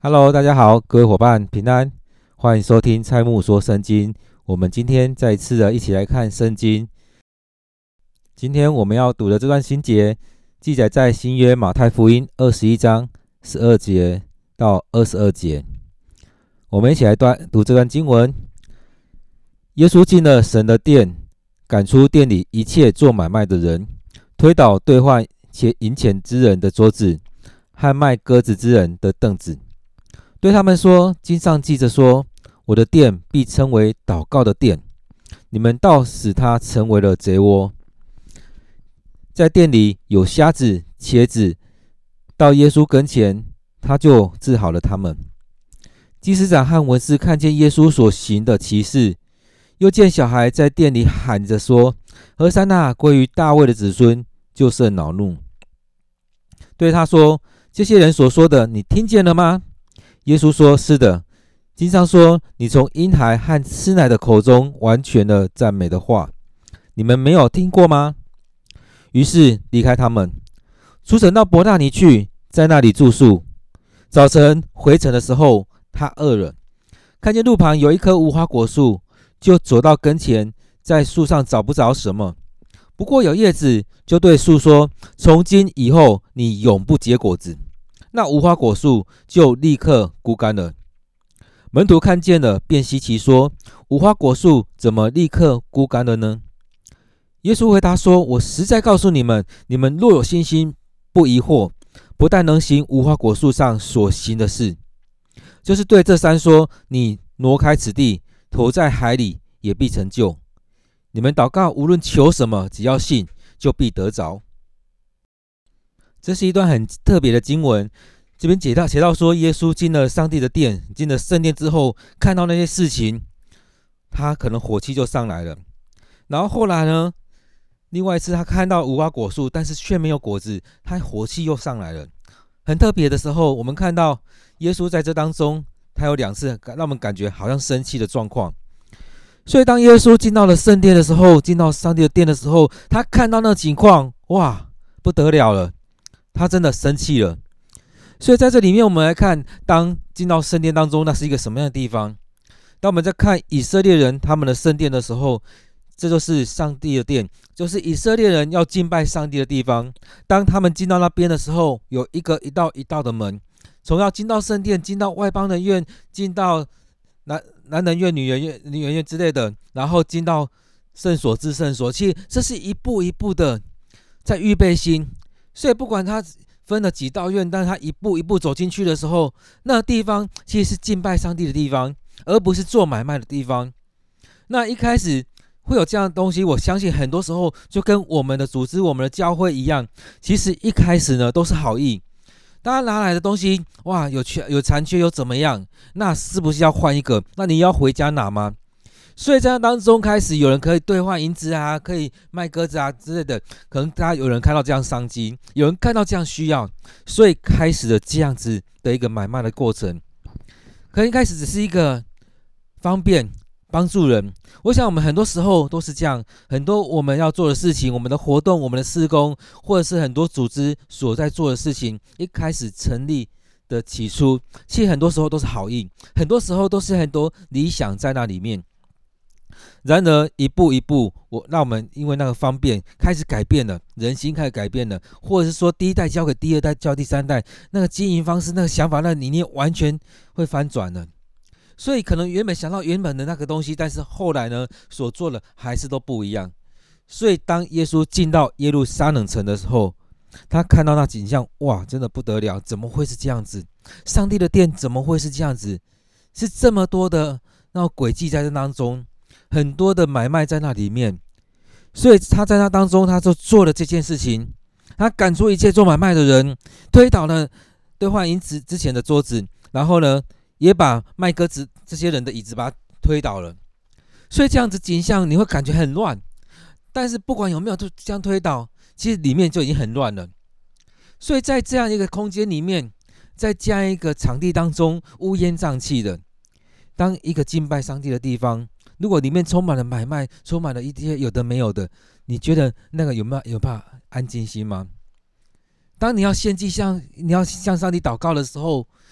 Hello，大家好，各位伙伴平安，欢迎收听蔡木说圣经。我们今天再一次的一起来看圣经。今天我们要读的这段经节，记载在新约马太福音21章12节到22节。我们一起来读这段经文。耶稣进了神的殿，赶出店里一切做买卖的人，推倒兑换银钱之人的桌子，和卖鸽子之人的凳子。对他们说，经上记着说，我的殿必称为祷告的殿，你们倒使它成为了贼窝。在店里有瞎子、瘸子，到耶稣跟前，他就治好了他们。祭司长和文士看见耶稣所行的奇事，又见小孩在店里喊着说，和散那归于大卫的子孙，就甚恼怒，对他说，这些人所说的，你听见了吗？耶稣说，是的，经上说，你从婴孩和吃奶的口中完全了赞美的话，你们没有听过吗？于是离开他们，出城到伯大尼去，在那里住宿。早晨回城的时候，他饿了，看见路旁有一棵无花果树，就走到跟前，在树上找不着什么，不过有叶子，就对树说，从今以后你永不结果子。那无花果树就立刻枯干了。门徒看见了，便稀奇说，无花果树怎么立刻枯干了呢？耶稣回答说，我实在告诉你们，你们若有信心，不疑惑，不但能行无花果树上所行的事，就是对这山说，你挪开此地，投在海里，也必成就。你们祷告无论求什么，只要信，就必得着。这是一段很特别的经文，这边写到说，耶稣进了上帝的殿，进了圣殿之后，看到那些事情，他可能火气就上来了。然后后来呢，另外一次他看到无花果树，但是却没有果子，他火气又上来了。很特别的时候，我们看到耶稣在这当中，他有2次让我们感觉好像生气的状况。所以当耶稣进到了圣殿的时候，进到上帝的殿的时候，他看到那情况，哇，不得了了，他真的生气了。所以在这里面，我们来看，当进到圣殿当中，那是一个什么样的地方？当我们在看以色列人他们的圣殿的时候，这就是上帝的殿，就是以色列人要敬拜上帝的地方。当他们进到那边的时候，有一道一道的门，从要进到圣殿，进到外邦人院，进到男人院、女人院之类的，然后进到圣所至圣所。其实这是一步一步的在预备心。所以不管他分了几道院，但是他一步一步走进去的时候，那地方其实是敬拜上帝的地方，而不是做买卖的地方。那一开始会有这样的东西，我相信很多时候就跟我们的组织、我们的教会一样，其实一开始呢都是好意。大家拿来的东西，哇，有残缺，有怎么样？那是不是要换一个？那你要回家拿吗？所以在当中开始有人可以兑换银子啊，可以卖鸽子啊之类的，可能大家有人看到这样商机，有人看到这样需要，所以开始了这样子的一个买卖的过程。可能一开始只是一个方便帮助人。我想我们很多时候都是这样，很多我们要做的事情，我们的活动，我们的事工，或者是很多组织所在做的事情，一开始成立的起初，其实很多时候都是好意，很多时候都是很多理想在那里面。然而一步一步，那我们因为那个方便开始改变了，人心开始改变了，或者是说第一代交给第2代，交第3代，那个经营方式、那个想法、那个理念完全会翻转了。所以可能原本想到原本的那个东西，但是后来呢，所做的还是都不一样。所以当耶稣进到耶路撒冷城的时候，他看到那景象，哇，真的不得了，怎么会是这样子？上帝的殿怎么会是这样子？是这么多的那种诡计在这当中，很多的买卖在那里面。所以他在那当中，他就做了这件事情，他赶出一切做买卖的人，推倒了兑换银子之前的桌子，然后呢，也把卖鸽子这些人的椅子把它推倒了。所以这样子景象你会感觉很乱，但是不管有没有这样推倒，其实里面就已经很乱了。所以在这样一个空间里面，在这样一个场地当中，乌烟瘴气的，当一个敬拜上帝的地方，如果里面充满了买卖，充满了一些有的没有的，你觉得那个有办法安静心吗？当你要献祭你要向上帝祷告的时候，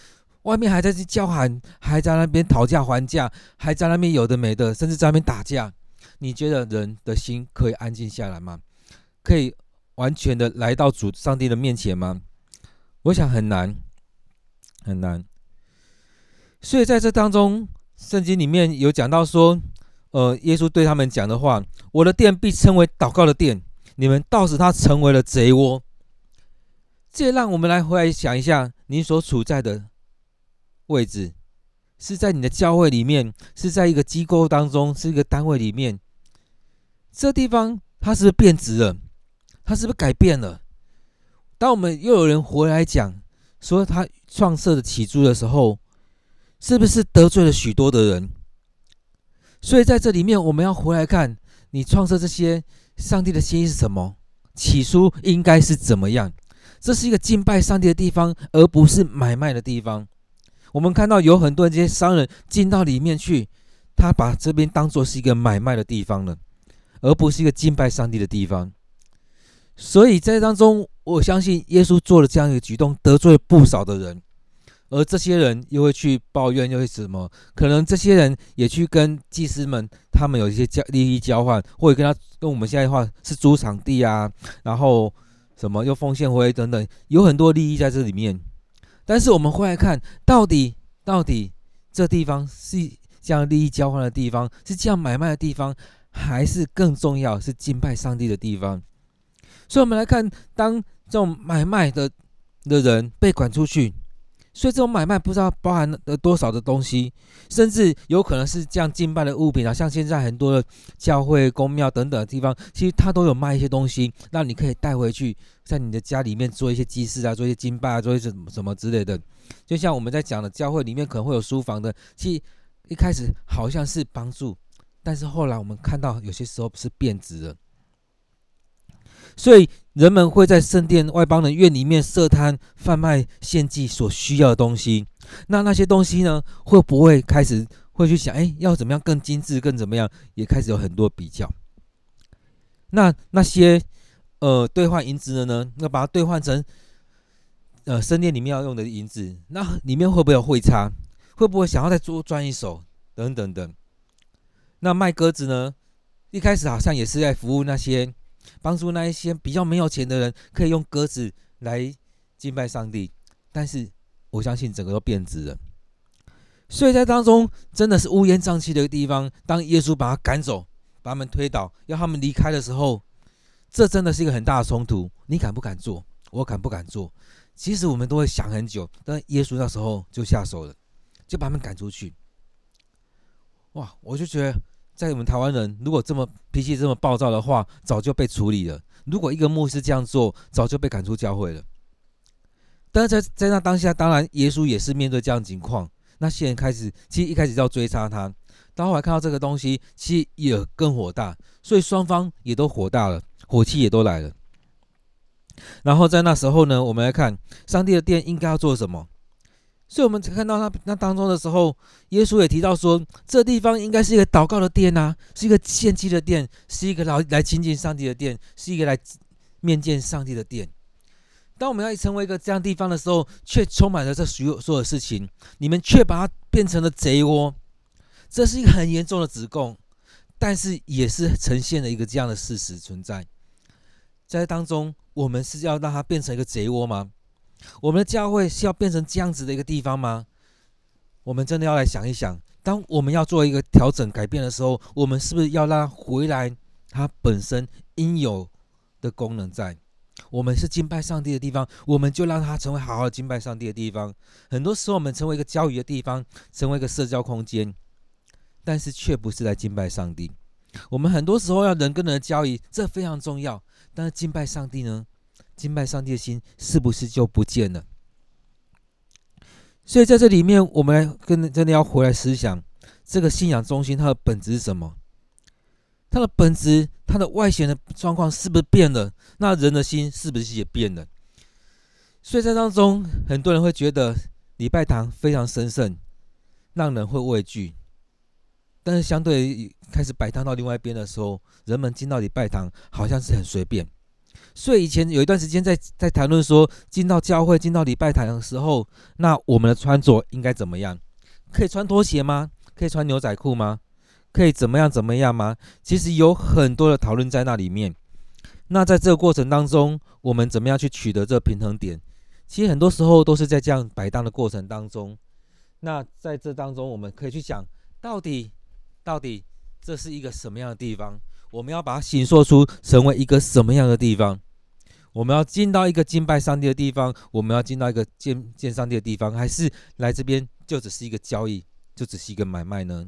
外面还在叫喊，还在那边讨价还价，还在那边有的没的，甚至在那边打架。你觉得人的心可以安静下来吗？可以完全的来到主上帝的面前吗？我想很难，很难。所以在这当中，圣经里面有讲到说，耶稣对他们讲的话：我的殿必称为祷告的殿，你们倒使它成为了贼窝。这也让我们回来想一下，你所处在的位置，是在你的教会里面，是在一个机构当中，是一个单位里面，这地方它是不是变质了？它是不是改变了？当我们又有人回来讲说他创设的起初的时候，是不是得罪了许多的人？所以在这里面，我们要回来看，你创设这些，上帝的心意是什么？起初应该是怎么样？这是一个敬拜上帝的地方，而不是买卖的地方。我们看到有很多这些商人进到里面去，他把这边当作是一个买卖的地方了，而不是一个敬拜上帝的地方。所以在当中，我相信耶稣做了这样一个举动，得罪了不少的人，而这些人又会去抱怨，又会什么？可能这些人也去跟祭司们，他们有一些利益交换，或者跟我们现在的话是租场地啊，然后什么又奉献回等等，有很多利益在这里面。但是我们回来看，到底这地方是这样利益交换的地方，是这样买卖的地方，还是更重要是敬拜上帝的地方？所以我们来看，当这种买卖的人被赶出去，所以这种买卖不知道包含了多少的东西，甚至有可能是这样敬拜的物品啊，像现在很多的教会、公庙等等的地方，其实它都有卖一些东西，让你可以带回去，在你的家里面做一些祭祀啊，做一些敬拜啊，做一些什么之类的。就像我们在讲的，教会里面可能会有书房的，其实一开始好像是帮助，但是后来我们看到有些时候是变质了。所以人们会在圣殿外邦人院里面设摊贩卖献祭所需要的东西。那些东西呢，会不会开始会去想，要怎么样更精致，更怎么样，也开始有很多比较。那些兑换银子的呢，那把它兑换成圣殿里面要用的银子，那里面会不会有汇差？会不会想要再多赚一手等等等？那卖鸽子呢，一开始好像也是在服务那些。帮助那一些比较没有钱的人，可以用鸽子来敬拜上帝，但是我相信整个都变质了。所以在当中真的是乌烟瘴气的地方，当耶稣把他赶走，把他们推倒，要他们离开的时候，这真的是一个很大的冲突。你敢不敢做？我敢不敢做？其实我们都会想很久，但耶稣那时候就下手了，就把他们赶出去。哇，我就觉得在我们台湾人，如果这么脾气这么暴躁的话，早就被处理了。如果一个牧师这样做，早就被赶出教会了。但是在那当下，当然耶稣也是面对这样的情况，那些人其实一开始要追杀他，到后来看到这个东西，其实也更火大，所以双方也都火大了，火气也都来了。然后在那时候呢，我们来看上帝的殿应该要做什么。所以我们看到那当中的时候，耶稣也提到说，这地方应该是一个祷告的殿啊，是一个献祭的殿，是一个来亲近上帝的殿，是一个来面见上帝的殿。当我们要成为一个这样的地方的时候，却充满了这所有的事情，你们却把它变成了贼窝，这是一个很严重的指控，但是也是呈现了一个这样的事实存在。在当中，我们是要让它变成一个贼窝吗？我们的教会是要变成这样子的一个地方吗？我们真的要来想一想，当我们要做一个调整改变的时候，我们是不是要让它回来它本身应有的功能在？我们是敬拜上帝的地方，我们就让它成为好好敬拜上帝的地方。很多时候我们成为一个交易的地方，成为一个社交空间，但是却不是来敬拜上帝。我们很多时候要人跟人的交易，这非常重要，但是敬拜上帝呢？敬拜上帝的心是不是就不见了？所以在这里面，我们真的要回来思想，这个信仰中心它的本质是什么？它的本质，它的外显的状况是不是变了？那人的心是不是也变了？所以在当中，很多人会觉得礼拜堂非常神圣，让人会畏惧。但是相对于开始摆摊到另外一边的时候，人们进到礼拜堂好像是很随便。 所以以前有一段时间在谈论说，进到教会、进到礼拜堂的时候，那我们的穿着应该怎么样？可以穿拖鞋吗？可以穿牛仔裤吗？可以怎么样吗？其实有很多的讨论在那里面。那在这个过程当中，我们怎么样去取得这平衡点？其实很多时候都是在这样摆荡的过程当中。那在这当中，我们可以去想，到底这是一个什么样的地方？我们要把它形塑出成为一个什么样的地方？我们要进到一个敬拜上帝的地方，我们要进到一个见上帝的地方，还是来这边就只是一个交易，就只是一个买卖呢？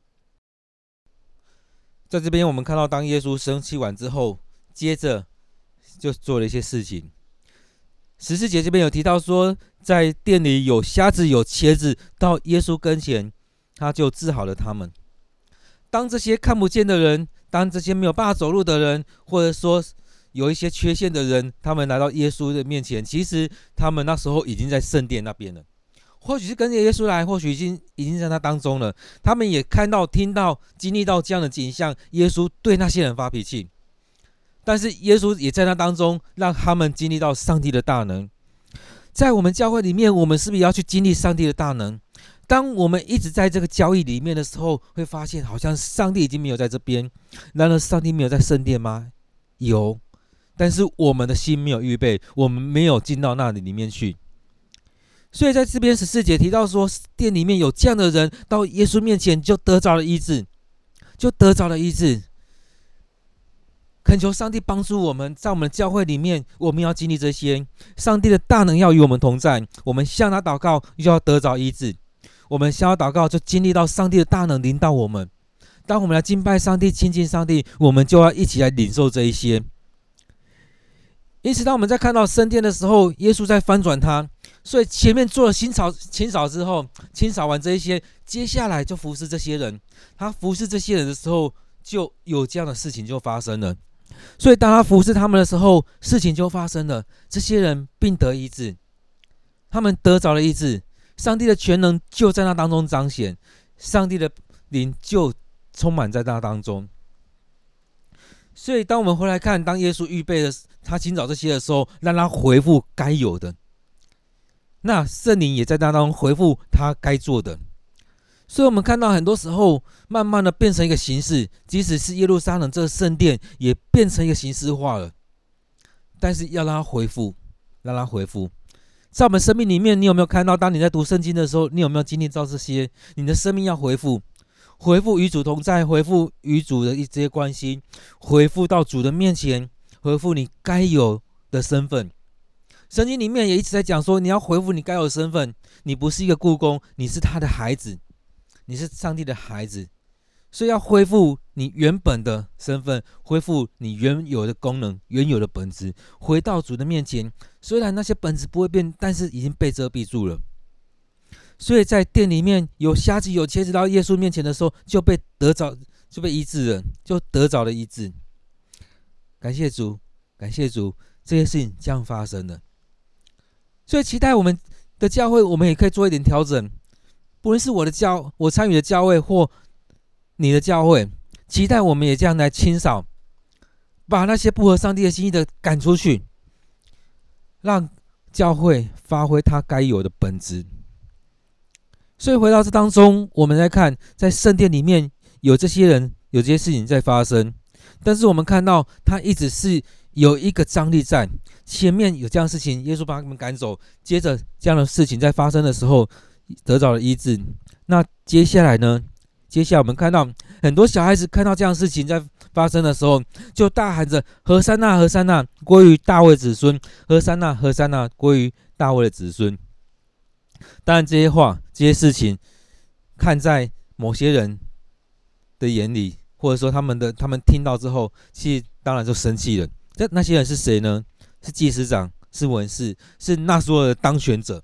在这边我们看到，当耶稣生气完之后，接着就做了一些事情。14节这边有提到说，在店里有瞎子有瘸子到耶稣跟前，他就治好了他们。当这些看不见的人，当这些没有办法走路的人，或者说有一些缺陷的人，他们来到耶稣的面前，其实他们那时候已经在圣殿那边了，或许是跟着耶稣来，或许已经在他当中了。他们也看到、听到、经历到这样的景象，耶稣对那些人发脾气，但是耶稣也在那当中让他们经历到上帝的大能。在我们教会里面，我们是不是也要去经历上帝的大能？当我们一直在这个交易里面的时候，会发现好像上帝已经没有在这边。难道上帝没有在圣殿吗？有，但是我们的心没有预备，我们没有进到那里面去。所以在这边14节提到说，殿里面有这样的人到耶稣面前，就得着了医治，恳求上帝帮助我们，在我们的教会里面，我们要经历这些。上帝的大能要与我们同在，我们向他祷告，就要得着医治。我们向他祷告，就经历到上帝的大能临到我们。当我们来敬拜上帝、亲近上帝，我们就要一起来领受这一些。因此，当我们在看到圣殿的时候，耶稣在翻转它，所以前面做了清扫之后，清扫完这一些，接下来就服侍这些人。他服侍这些人的时候，就有这样的事情就发生了。所以当他服侍他们的时候，事情就发生了，这些人并得医治，他们得着了医治，上帝的全能就在那当中彰显，上帝的灵就充满在那当中。所以当我们回来看，当耶稣预备了他清扫这些的时候，让他回复该有的，那圣灵也在那当中回复他该做的。所以我们看到很多时候慢慢的变成一个形式，即使是耶路撒冷这个圣殿也变成一个形式化了，但是要让它恢复，在我们生命里面，你有没有看到，当你在读圣经的时候，你有没有经历到这些？你的生命要恢复与主同在，恢复与主的这些关系，恢复到主的面前，恢复你该有的身份。圣经里面也一直在讲说，你要恢复你该有的身份，你不是一个雇工，你是他的孩子，你是上帝的孩子，所以要恢复你原本的身份，恢复你原有的功能、原有的本质，回到主的面前。虽然那些本质不会变，但是已经被遮蔽住了。所以在店里面有瞎子有瘸子到耶稣面前的时候，就被医治了，就得着了医治。感谢主，这些事情这样发生了。所以期待我们的教会，我们也可以做一点调整。不论是我参与的教会或你的教会，期待我们也这样来清扫，把那些不合上帝的心意的赶出去，让教会发挥它该有的本质。所以回到这当中，我们来看，在圣殿里面有这些人，有这些事情在发生，但是我们看到他一直是有一个张力在前面，有这样的事情，耶稣把他们赶走，接着这样的事情在发生的时候得到了医治。那接下来我们看到很多小孩子看到这样的事情在发生的时候，就大喊着何珊那何珊那归于大卫子孙，何珊那何珊那归于大卫的子孙。当然这些话这些事情看在某些人的眼里，或者说他们听到之后，其实当然就生气了。那些人是谁呢？是祭司长，是文士，是那时候的当权者。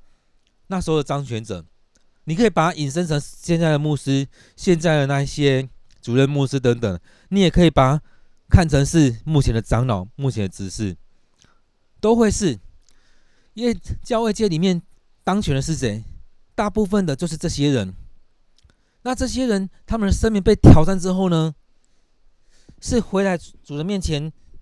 你可以把它引申成现在的牧师，现在的那些主任牧师等等，你也可以把它看成是目前的长老、目前的执事，都会是。因为教会界里面当权的是谁？大部分的就是这些人。那这些人他们的生命被挑战之后呢，是回来主的面前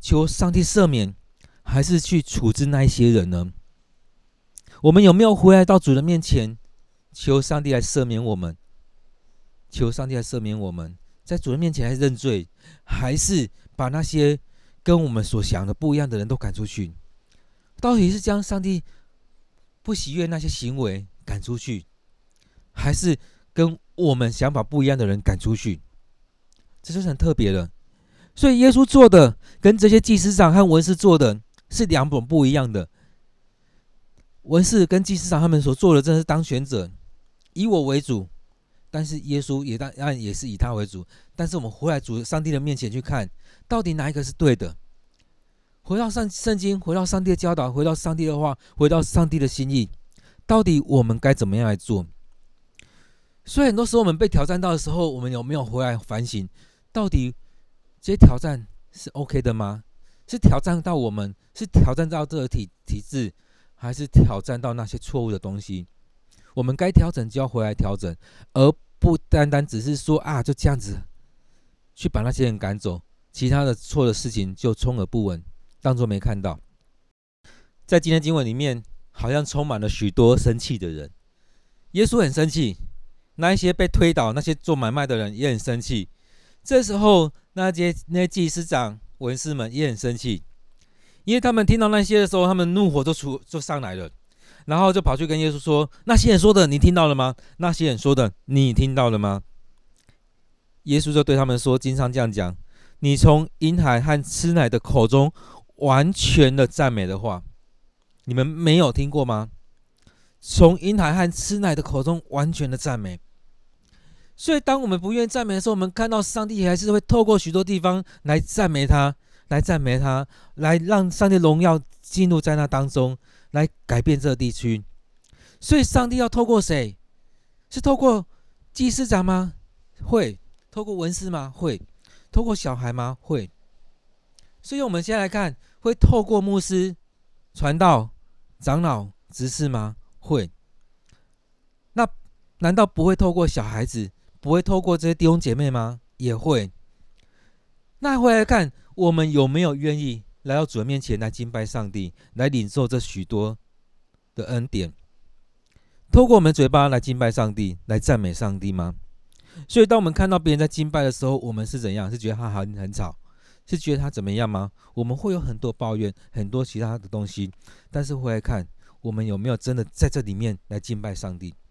求上帝赦免，还是去处置那一些人呢？我们有没有回来到主的面前，求上帝来赦免我们？求上帝来赦免我们，在主的面前来认罪，还是把那些跟我们所想的不一样的人都赶出去？到底是将上帝不喜悦那些行为赶出去，还是跟我们想法不一样的人赶出去？这就是很特别的。所以耶稣做的跟这些祭司长和文士做的是两种不一样的。文士跟祭司长他们所做的真的是当权者，以我为主，但是耶稣也当然也是以他为主。但是我们回来主上帝的面前去看，到底哪一个是对的？回到圣经，回到上帝的教导，回到上帝的话，回到上帝的心意，到底我们该怎么样来做？所以很多时候我们被挑战到的时候，我们有没有回来反省，到底这些挑战是 OK 的吗？是挑战到我们，是挑战到这个体制，还是挑战到那些错误的东西？我们该调整就要回来调整，而不单单只是说就这样子去把那些人赶走，其他的错的事情就充耳不闻，当作没看到。在今天经文里面，好像充满了许多生气的人。耶稣很生气，那一些被推倒、那些做买卖的人也很生气。这时候，那些祭司长、文士们也很生气，因为他们听到那些的时候，他们怒火就上来了，然后就跑去跟耶稣说：“那些人说的，你听到了吗？那些人说的，你听到了吗？”耶稣就对他们说：“经上这样讲，你从婴孩和吃奶的口中完全的赞美的话，你们没有听过吗？从婴孩和吃奶的口中完全的赞美。”所以当我们不愿意赞美的时候，我们看到上帝还是会透过许多地方来赞美他，来让上帝荣耀进入在那当中，来改变这个地区。所以上帝要透过谁？是透过祭司长吗？会。透过文士吗？会。透过小孩吗？会。所以我们现在来看，会透过牧师、传道、长老、执事吗？会。那难道不会透过小孩子，不会透过这些弟兄姐妹吗？也会。那回来看，我们有没有愿意来到主的面前来敬拜上帝，来领受这许多的恩典？透过我们嘴巴来敬拜上帝，来赞美上帝吗？所以当我们看到别人在敬拜的时候，我们是怎样？是觉得他很吵，是觉得他怎么样吗？我们会有很多抱怨，很多其他的东西。但是回来看，我们有没有真的在这里面来敬拜上帝？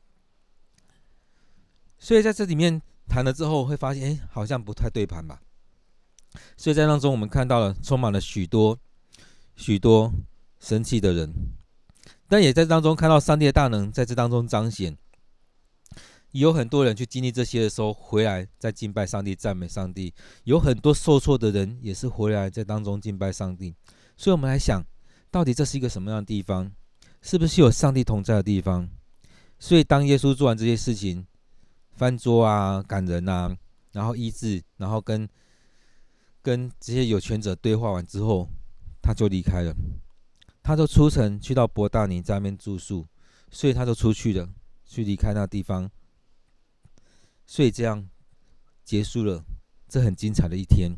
所以在这里面谈了之后，会发现，好像不太对盘吧。所以在当中，我们看到了充满了许多生气的人，但也在当中看到上帝的大能在这当中彰显。也有很多人去经历这些的时候，回来再敬拜上帝、赞美上帝。有很多受挫的人也是回来在当中敬拜上帝。所以我们来想，到底这是一个什么样的地方？是不是有上帝同在的地方？所以当耶稣做完这些事情，翻桌赶人然后医治，然后跟这些有权者对话完之后，他就离开了。他就出城去到伯大尼，在那边住宿，所以他就出去了，去离开那地方。所以这样结束了这很精彩的一天。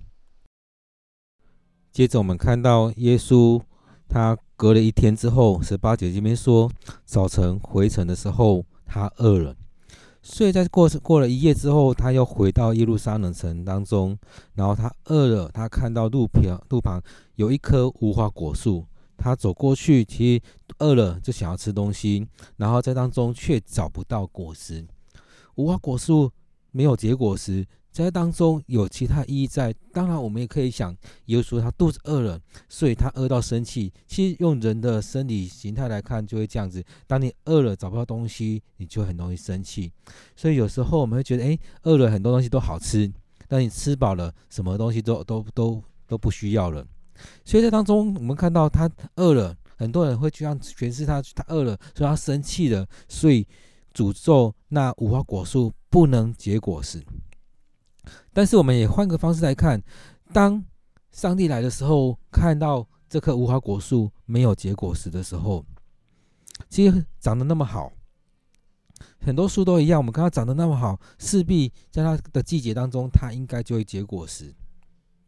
接着我们看到耶稣他隔了一天之后，18节这边说，早晨回程的时候他饿了，所以在过了一夜之后，他又回到耶路撒冷城当中，然后他饿了，他看到路旁有一棵无花果树，他走过去，其实饿了就想要吃东西，然后在当中却找不到果实。无花果树没有结果实，在当中有其他意义在。当然我们也可以想，耶稣他肚子饿了，所以他饿到生气。其实用人的生理形态来看，就会这样子，当你饿了找不到东西，你就很容易生气。所以有时候我们会觉得，饿了很多东西都好吃，但你吃饱了，什么东西都不需要了。所以在当中我们看到他饿了，很多人会这样诠释他饿了，所以他生气了，所以诅咒那无花果树不能结果实。但是我们也换个方式来看，当上帝来的时候，看到这棵无花果树没有结果实的时候，其实长得那么好，很多树都一样，我们看它长得那么好，势必在它的季节当中，它应该就会结果实。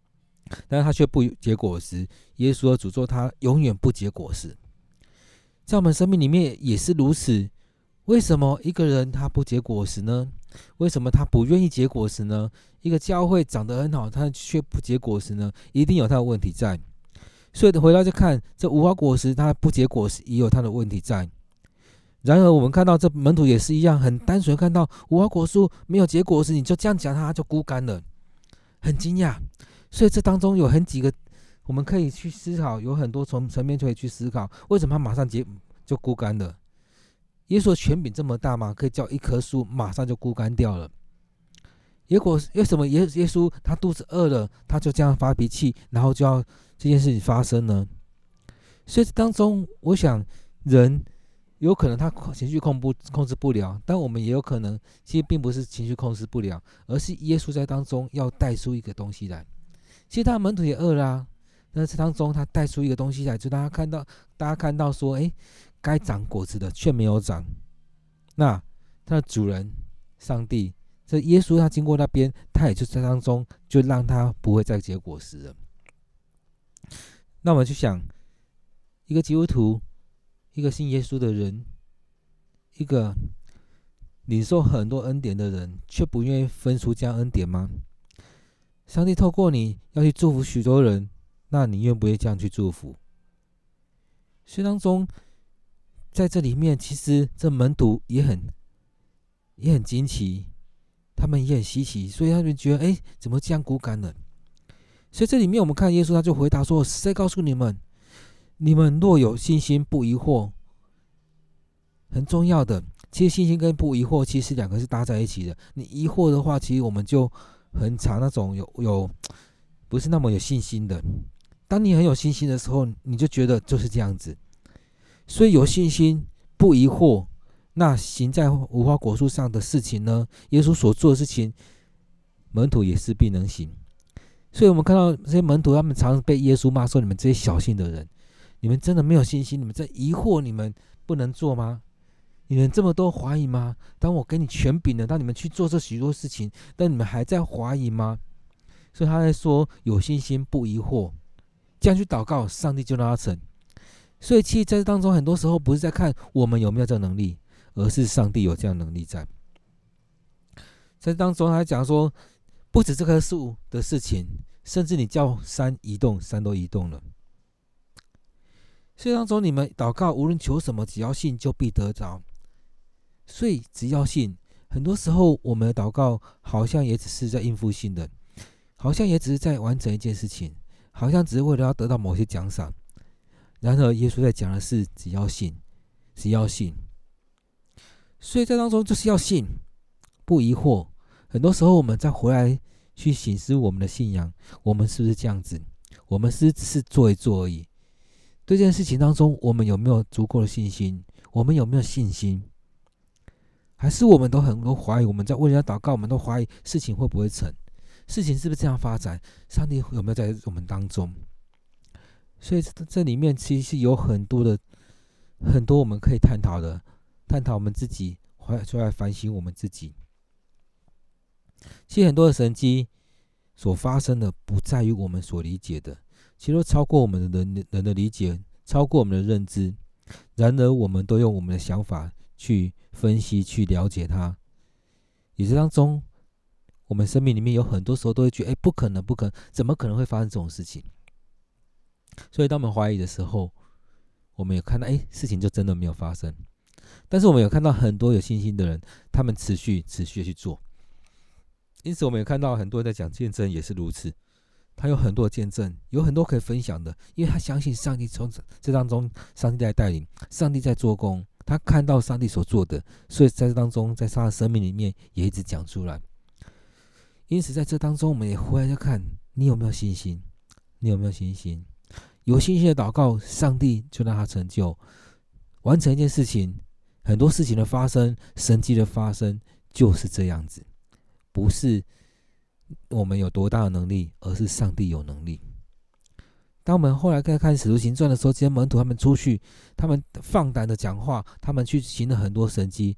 但是他却不结果实。耶稣的诅咒他永远不结果实。在我们生命里面也是如此。为什么一个人他不结果实呢？为什么他不愿意结果实呢？一个教会长得很好，他却不结果实呢？一定有他的问题在。所以回到去看，这无花果实他不结果实，也有他的问题在。然而我们看到这门徒也是一样，很单纯看到无花果树没有结果实，你就这样讲他就枯干了，很惊讶。所以这当中有很几个我们可以去思考，有很多从层面可以去思考，为什么他马上就枯干了？耶稣的权柄这么大吗？可以叫一棵树马上就枯干掉了？为什么耶稣他肚子饿了，他就这样发脾气，然后就要这件事情发生呢？所以当中，我想人有可能他情绪控制不了，但我们也有可能其实并不是情绪控制不了，而是耶稣在当中要带出一个东西来。其实他的门徒也饿啦，但是当中他带出一个东西来，就大家看到说，该长果子的却没有长。那他的主人上帝，这耶稣他经过那边，他也就在当中就让他不会再结果实了。那我们去想，一个基督徒，一个信耶稣的人，一个领受很多恩典的人，却不愿意分出这样恩典吗？上帝透过你要去祝福许多人，那你愿不愿意这样去祝福？所以当中，在这里面，其实这门徒也很惊奇，他们也很稀奇，所以他们觉得，怎么这样枯干了？所以这里面我们看耶稣，他就回答说：“实在告诉你们，你们若有信心，不疑惑。”很重要的，其实信心跟不疑惑，其实两个是搭在一起的。你疑惑的话，其实我们就很常那种有不是那么有信心的。当你很有信心的时候，你就觉得就是这样子。所以有信心不疑惑，那行在无花果树上的事情呢，耶稣所做的事情，门徒也是必能行。所以我们看到这些门徒，他们常常被耶稣骂说：“你们这些小信的人，你们真的没有信心？你们在疑惑，你们不能做吗？你们这么多怀疑吗？当我给你权柄了，当你们去做这许多事情，但你们还在怀疑吗？”所以他在说：“有信心不疑惑，这样去祷告，上帝就让他成。”所以其实在这当中，很多时候不是在看我们有没有这个能力，而是上帝有这样的能力在。在当中他讲说，不止这棵树的事情，甚至你叫山移动，山都移动了。所以当中你们祷告，无论求什么，只要信，就必得着。所以只要信，很多时候我们的祷告好像也只是在应付性的，好像也只是在完成一件事情，好像只是为了要得到某些奖赏。然而耶稣在讲的是只要信，只要信。所以在当中就是要信，不疑惑。很多时候我们再回来去省思我们的信仰，我们是不是这样子？我们是只是做一做而已。对这件事情当中，我们有没有足够的信心？我们有没有信心？还是我们都很多怀疑？我们在为人家祷告，我们都怀疑事情会不会成？事情是不是这样发展？上帝有没有在我们当中？所以这里面其实有很多我们可以探讨的，探讨我们自己，出来反省我们自己。其实很多的神迹所发生的，不在于我们所理解的，其实都超过我们的人的理解，超过我们的认知。然而我们都用我们的想法去分析，去了解它。也是当中，我们生命里面有很多时候都会觉得，不可能，怎么可能会发生这种事情？所以当我们怀疑的时候，我们有看到事情就真的没有发生。但是我们有看到很多有信心的人，他们持续的去做。因此我们有看到很多人在讲见证也是如此，他有很多的见证，有很多可以分享的，因为他相信上帝从这当中，上帝在带领，上帝在做工，他看到上帝所做的，所以在这当中，在他的生命里面也一直讲出来。因此在这当中，我们也回来就看你有没有信心，你有没有信心？有信心的祷告，上帝就让他成就，完成一件事情。很多事情的发生，神迹的发生，就是这样子，不是我们有多大的能力，而是上帝有能力。当我们后来在看使徒行传的时候，这些门徒他们出去，他们放胆的讲话，他们去行了很多神迹。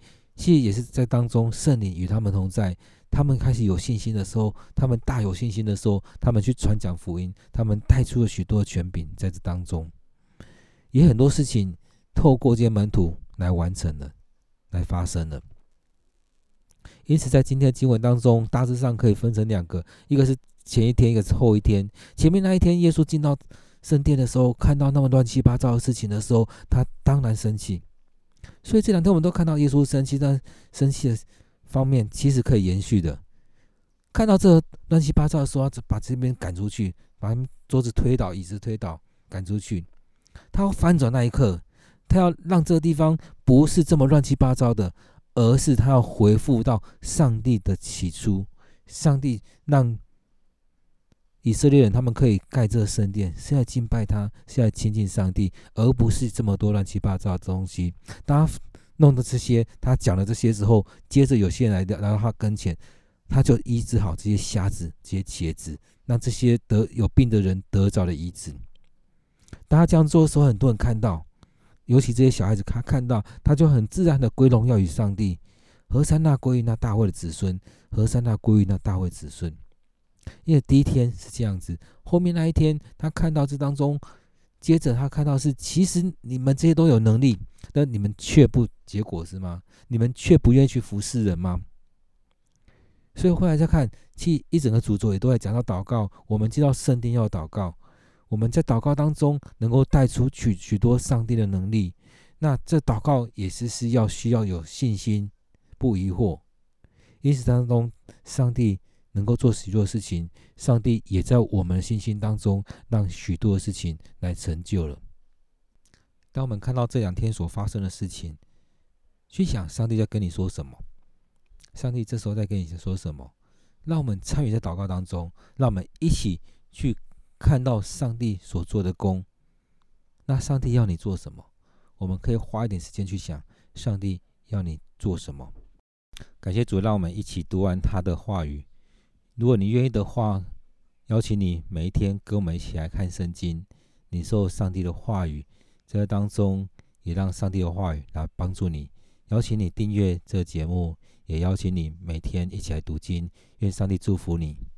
其实也是在当中，圣灵与他们同在。他们开始有信心的时候，他们大有信心的时候，他们去传讲福音，他们带出了许多的权柄在这当中，也很多事情透过这些门徒来完成了，来发生了。因此在今天的经文当中，大致上可以分成两个，一个是前一天，一个是后一天。前面那一天耶稣进到圣殿的时候，看到那么乱七八糟的事情的时候，他当然生气。所以这两天我们都看到耶稣生气，但生气的方面其实可以延续的。看到这乱七八糟的时候，把这边赶出去，把桌子推倒，椅子推倒，赶出去。他要翻转那一刻，他要让这个地方不是这么乱七八糟的，而是他要回复到上帝的起初。上帝让以色列人他们可以盖这个圣殿，是要敬拜他，是要亲近上帝，而不是这么多乱七八糟的东西。当他弄的这些，他讲了这些之后，接着有些人来到他跟前，他就医治好这些瞎子、这些瘸子，让这些有病的人得着了医治。当他这样做的时候，很多人看到，尤其这些小孩子，他看到，他就很自然的归荣耀于上帝。何塞那归于那大卫的子孙，何塞那归于那大卫子孙。因为第一天是这样子，后面那一天他看到这当中，接着他看到是，其实你们这些都有能力，但你们却不结果是吗？你们却不愿意去服侍人吗？所以后来再看，其实一整个主轴也都在讲到祷告。我们知道圣殿要祷告，我们在祷告当中能够带出许多上帝的能力。那这祷告也是需要有信心，不疑惑。因此当中，上帝能够做许多事情，上帝也在我们的信心当中让许多的事情来成就了。当我们看到这两天所发生的事情，去想上帝在跟你说什么，上帝这时候在跟你说什么，让我们参与在祷告当中，让我们一起去看到上帝所做的工。那上帝要你做什么？我们可以花一点时间去想上帝要你做什么。感谢主，让我们一起读完他的话语。如果你愿意的话，邀请你每一天跟我们一起来看圣经，领受上帝的话语，在当中也让上帝的话语来帮助你。邀请你订阅这个节目，也邀请你每天一起来读经。愿上帝祝福你。